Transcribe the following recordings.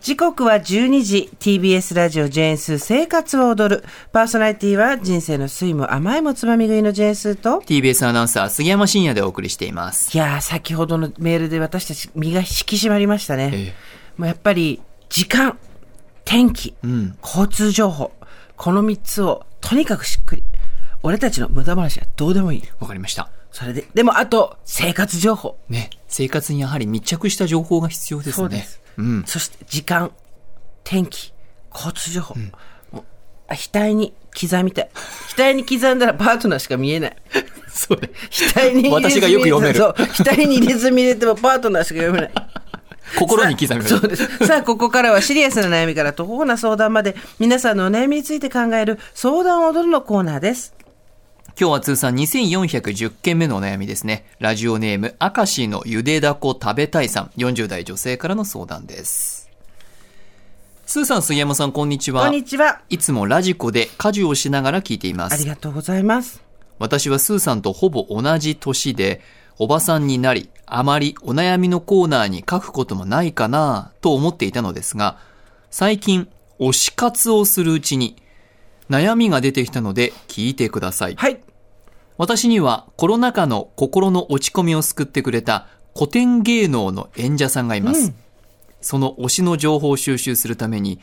時刻は12時 TBS ラジオジェーンスー生活を踊る。パーソナリティは人生の酸いも甘いもつまみ食いのジェーンスーと TBS アナウンサー杉山真也でお送りしています。 いやー、先ほどのメールで私たち身が引き締まりましたね。もうやっぱり時間、天気、交通情報、この3つをとにかくしっくり。俺たちの無駄話はどうでもいい。 わかりました。 それで、でもあと生活情報ね、生活にやはり密着した情報が必要ですね。 そうです。そして時間、天気、交通情報、もう額に刻みたい。額に刻んだらパートナーしか見えない。 それ額に私がよく読める。 そう、額に入れ墨入れてもパートナーしか読めない。 心に刻みます。 そうです。さあ、ここからはシリアスな悩みから途方な相談まで、皆さんのお悩みについて考える相談を踊るのコーナーです。 今日は通算2410件目のお悩みですね。ラジオネーム明石のゆでだこ食べたいさん、40代女性からの相談です。スーさん、杉山さん、こんにちは。 こんにちは。 いつもラジコで家事をしながら聞いています。 ありがとうございます。 私はスーさんとほぼ同じ年でおばさんになり、あまりお悩みのコーナーに書くこともないかなと思っていたのですが、最近推し活をするうちに悩みが出てきたので聞いてください。 はい。 私にはコロナ禍の心の落ち込みを救ってくれた古典芸能の演者さんがいます。その推しの情報を収集するために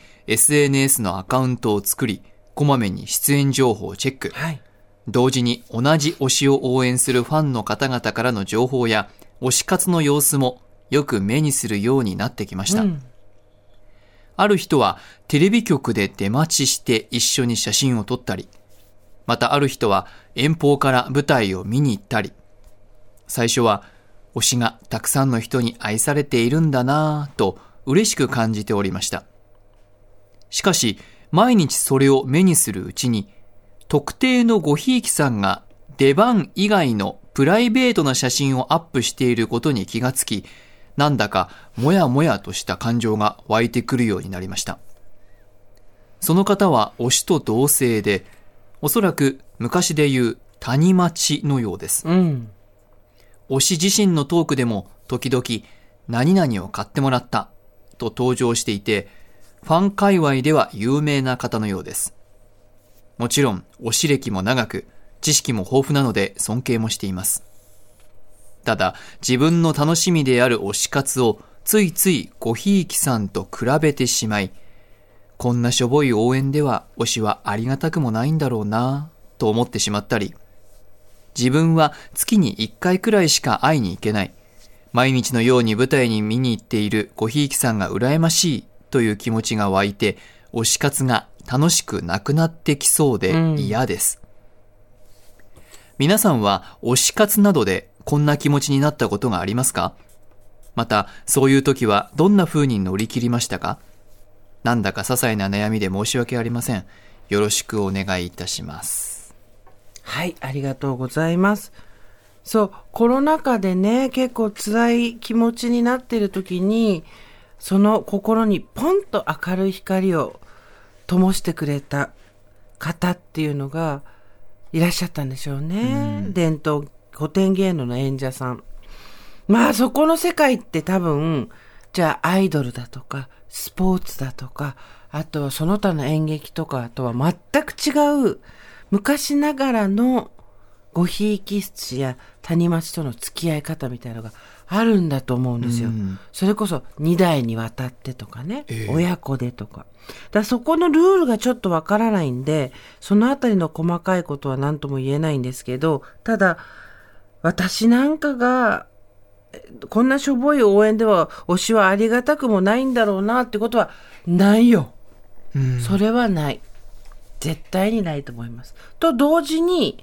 SNS のアカウントを作り、こまめに出演情報をチェック。 はい。 同時に同じ推しを応援するファンの方々からの情報や推し活の様子もよく目にするようになってきました。ある人はテレビ局で出待ちして一緒に写真を撮ったり、またある人は遠方から舞台を見に行ったり、最初は推しがたくさんの人に愛されているんだなぁと嬉しく感じておりました。しかし毎日それを目にするうちに、特定のごひいきさんが出番以外のプライベートな写真をアップしていることに気がつき、なんだかもやもやとした感情が湧いてくるようになりました。その方は推しと同性で、おそらく昔でいう谷町のようです。推し自身のトークでも時々何々を買ってもらったと登場していて、ファン界隈では有名な方のようです。もちろん推し歴も長く、知識も豊富なので尊敬もしています。ただ自分の楽しみである推し活をついついごひいきさんと比べてしまい、こんなしょぼい応援では推しはありがたくもないんだろうなと思ってしまったり、自分は月に1回くらいしか会いに行けない、毎日のように舞台に見に行っているごひいきさんが羨ましいという気持ちが湧いて、推し活が楽しくなくなってきそうで嫌です。皆さんは推し活などでこんな気持ちになったことがありますか？またそういう時はどんな風に乗り切りましたか？なんだか些細な悩みで申し訳ありません。よろしくお願いいたします。 はい、ありがとうございます。そう、コロナ禍でね、結構辛い気持ちになっている時に、その心にポンと明るい光を灯してくれた方っていうのがいらっしゃったんでしょうね。伝統古典芸能の演者さん。まあそこの世界って多分、じゃあアイドルだとかスポーツだとか、あとはその他の演劇とかとは全く違う昔ながらのごひいき師や谷町との付き合い方みたいなのがあるんだと思うんですよ。それこそ2代にわたってとかね、親子でとか。だからそこのルールがちょっとわからないんで、そのあたりの細かいことは何とも言えないんですけど、ただ私なんかがこんなしょぼい応援では推しはありがたくもないんだろうなってことはないよ。それはない。絶対にないと思います。と同時に、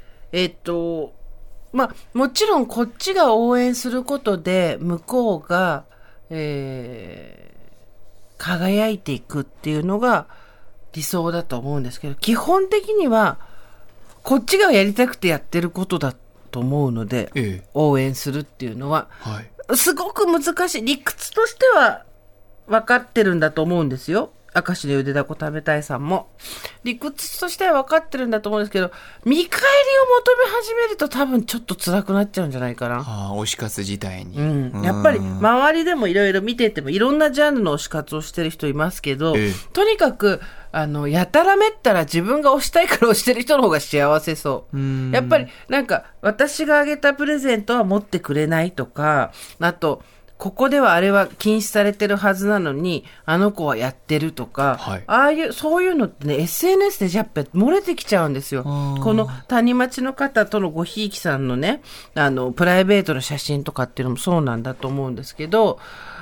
まあ、もちろんこっちが応援することで向こうが、輝いていくっていうのが理想だと思うんですけど、基本的にはこっちがやりたくてやってることだと思うので、応援するっていうのは、すごく難しい。理屈としては分かってるんだと思うんですよ。 明石のゆでだこ食べたいさんも。理屈としては分かってるんだと思うんですけど、見返りを求め始めると多分ちょっと辛くなっちゃうんじゃないかな。 推し活自体に。 やっぱり周りでもいろいろ見ててもいろんなジャンルの推し活をしてる人いますけど、とにかく、やたらめったら自分が推したいから推してる人の方が幸せそう。やっぱりなんか私があげたプレゼントは持ってくれないとか、あと、ここではあれは禁止されてるはずなのに、あの子はやってるとか、そういうのってね、SNS でやっぱ漏れてきちゃうんですよ。この谷町の方とのごひいきさんのね、プライベートの写真とかっていうのもそうなんだと思うんですけど、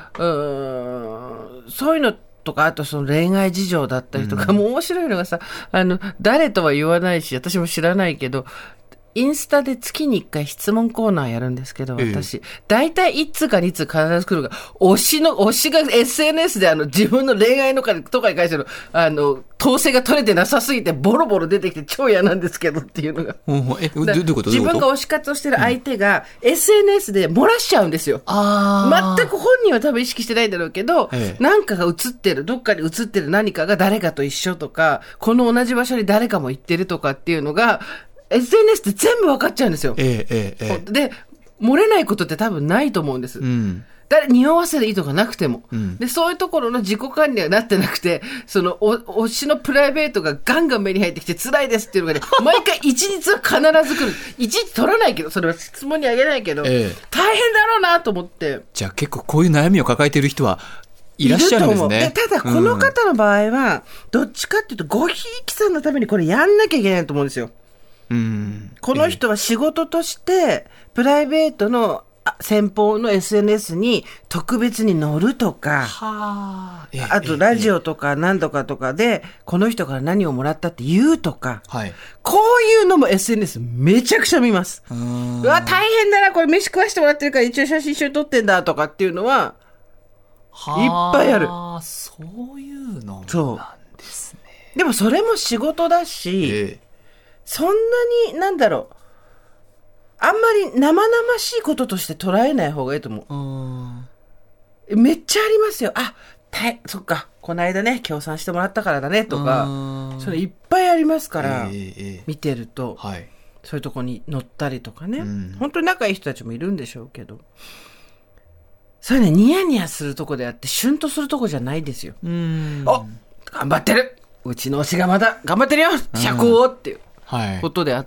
そういうのとか、あとその恋愛事情だったりとか、もう面白いのがさ、誰とは言わないし、私も知らないけど、インスタで月に1回質問コーナーやるんですけど、私。大体1通か2通必ず来るが、推しが SNS で自分の恋愛のとかに関しての、統制が取れてなさすぎてボロボロ出てきて超嫌なんですけどっていうのが。 どういうこと？ 自分が推し活をしてる相手が SNS で漏らしちゃうんですよ。全く本人は多分意識してないんだろうけど、なんかが映ってる、どっかに映ってる何かが誰かと一緒とか、この同じ場所に誰かも行ってるとかっていうのが、SNS って全部分かっちゃうんですよ。で、漏れないことって多分ないと思うんです。匂わせる意図がなくても、で、そういうところの自己管理はなってなくて、その、推しのプライベートがガンガン目に入ってきて辛いですっていうのがね、毎回一日は必ず来る。一日取らないけど、それは質問にあげないけど、大変だろうなと思って。 じゃあ結構こういう悩みを抱えている人はいらっしゃるんですね。 ただ、この方の場合は、どっちかっていうと、ごひいきさんのためにこれやんなきゃいけないと思うんですよ。この人は仕事としてプライベートの先方の SNS に特別に載るとか、あとラジオとか何とかとかでこの人から何をもらったって言うとか、こういうのも SNS めちゃくちゃ見ます。うわ大変だな、これ飯食わしてもらってるから一応写真一緒に撮ってんだとかっていうのはいっぱいある。 そういうのなんですね。 でもそれも仕事だし、そんなに、あんまり生々しいこととして捉えない方がいいと思う。めっちゃありますよ。そっか、この間ね、協賛してもらったからだね、とか、それいっぱいありますから、見てると、そういうとこに乗ったりとかね、本当に仲いい人たちもいるんでしょうけど、それね、ニヤニヤするとこであって、シュンとするとこじゃないですよ。頑張ってる、うちの推しがまだ頑張ってるよ、社交っていう。ことであって、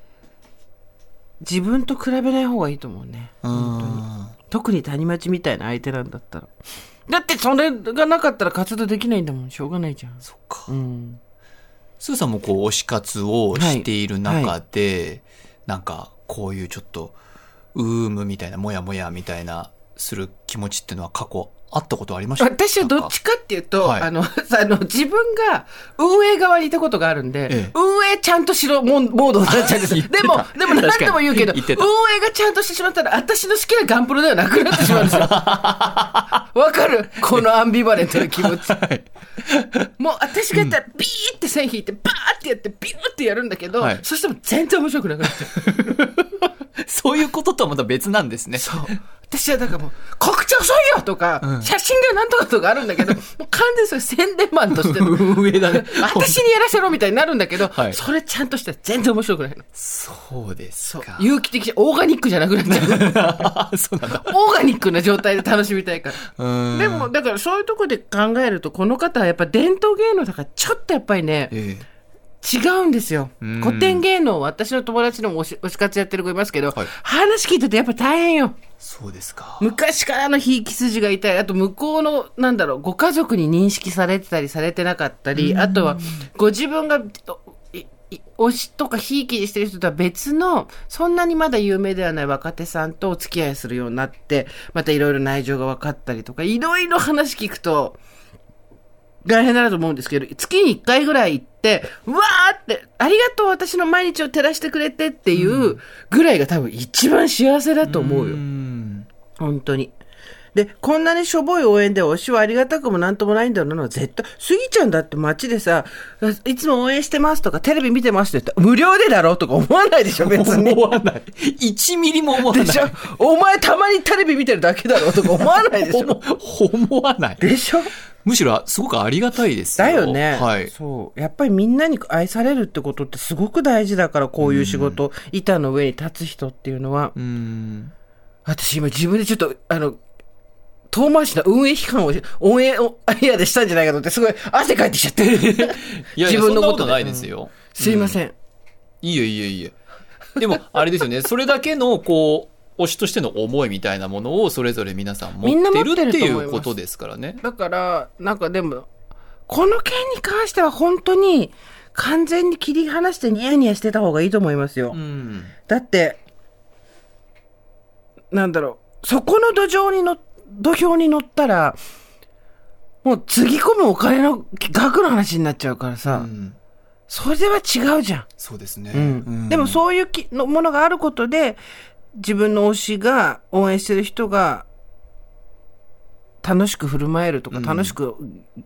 自分と比べない方がいいと思うね。本当に。特に谷町みたいな相手なんだったら。だってそれがなかったら活動できないんだもん。しょうがないじゃん。 そっか。スーさんもこう推し活をしている中で、なんかこういうちょっとムみたいな、もやもやみたいなする気持ちっていうのは過去あったことありましたか？ 私はどっちかっていうと、自分が運営側にいたことがあるんで、運営ちゃんとしろモードになっちゃうんですよ。でも何でも言うけど、運営がちゃんとしてしまったら、私の好きなガンプロではなくなってしまうんですよ。わかる？このアンビバレントな気持ち。もう私がやったらビーって線引いて、バーってやって、ビューってやるんだけど、そしても全然面白くなくなっちゃう。 そういうこととはまた別なんですね。 そう。私はだからもう、告知遅いよとか、写真がなんとかとかあるんだけど、もう完全にそれ宣伝マンとしての運営だね。 私にやらせろみたいになるんだけど、それちゃんとしたら全然面白くないの。 そうですか。 有機的、オーガニックじゃなくなっちゃう。そうなんだ。オーガニックな状態で楽しみたいから。でも、だからそういうところで考えると、この方はやっぱ伝統芸能だから、ちょっとやっぱりね、違うんですよ。古典芸能、私の友達のも推し活やってる子いますけど、話聞いててやっぱ大変よ。 そうですか。 昔からのひいき筋がいたり、あと向こうの、ご家族に認識されてたりされてなかったり、あとはご自分が推しとかひいきにしてる人とは別の、そんなにまだ有名ではない若手さんとお付き合いするようになって、またいろいろ内情が分かったりとか、いろいろ話聞くと、大変だなと思うんですけど、月に1回ぐらい行って、うわーって、ありがとう私の毎日を照らしてくれてっていうぐらいが多分一番幸せだと思うよ。本当に。で、こんなにしょぼい応援で推しはありがたくもなんともないんだろうなのは絶対、スギちゃんだって街でさ、いつも応援してますとかテレビ見てますって言ったら無料でだろうとか思わないでしょ、別に。 思わない。1ミリも思わない。 でしょ？お前たまにテレビ見てるだけだろうとか思わないでしょ。 思わない。 でしょ？ むしろすごくありがたいですよ。 だよね。 はい。 そう。やっぱりみんなに愛されるってことってすごく大事だから、こういう仕事、板の上に立つ人っていうのは。私今自分でちょっと、遠回しな運営批判をオンエアでしたんじゃないかと思って、すごい汗かいてきちゃって。 いや、自分のことないですよ。 すいません。 いいえ。でも、あれですよね。それだけの、推しとしての思いみたいなものをそれぞれ皆さん持ってるっていうことですからね。 だから、なんかでも、この件に関しては本当に完全に切り離してニヤニヤしてた方がいいと思いますよ。だって、なんだろう、そこの土俵に乗ったら、もうつぎ込むお金の額の話になっちゃうからさ、それは違うじゃん。 そうですね。 でもそういうものがあることで、自分の推しが応援してる人が楽しく振る舞えるとか、楽しく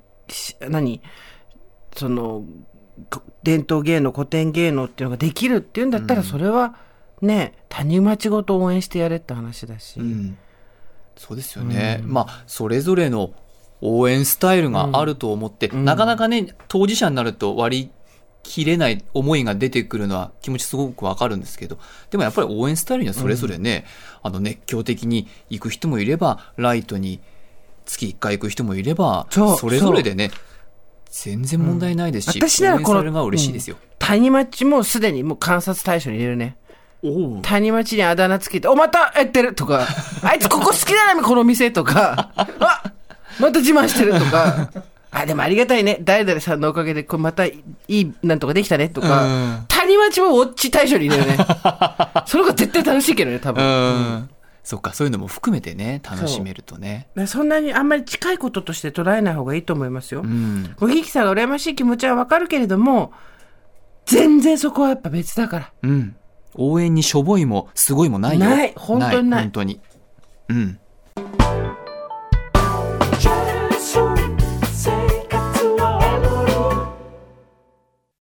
その伝統芸能、古典芸能っていうのができるっていうんだったら、それはね、谷町ごと応援してやれって話だし、 そうですよね。まあそれぞれの応援スタイルがあると思って、なかなかね、当事者になると割り切れない思いが出てくるのは気持ちすごくわかるんですけど、でもやっぱり応援スタイルにはそれぞれね、熱狂的に行く人もいれば、ライトに月1回行く人もいれば、それぞれでね、全然問題ないですし、 私ならこの応援されるのが嬉しいですよ。 谷町もすでにもう観察対象に入れるね。谷町にあだ名つけて、またやってるとか、あいつここ好きだな、この店とか、また自慢してるとか、でもありがたいね。誰々さんのおかげで、これまたいいなんとかできたねとか、谷町もウォッチ対象に入れるね。その方が絶対楽しいけどね、多分。 そっか、そういうのも含めてね、楽しめるとね。 そんなにあんまり近いこととして捉えない方がいいと思いますよ。ごひいきさんが羨ましい気持ちはわかるけれども、全然そこはやっぱ別だから。 応援にしょぼいもすごいもないよ。 ない、本当にない。 本当に。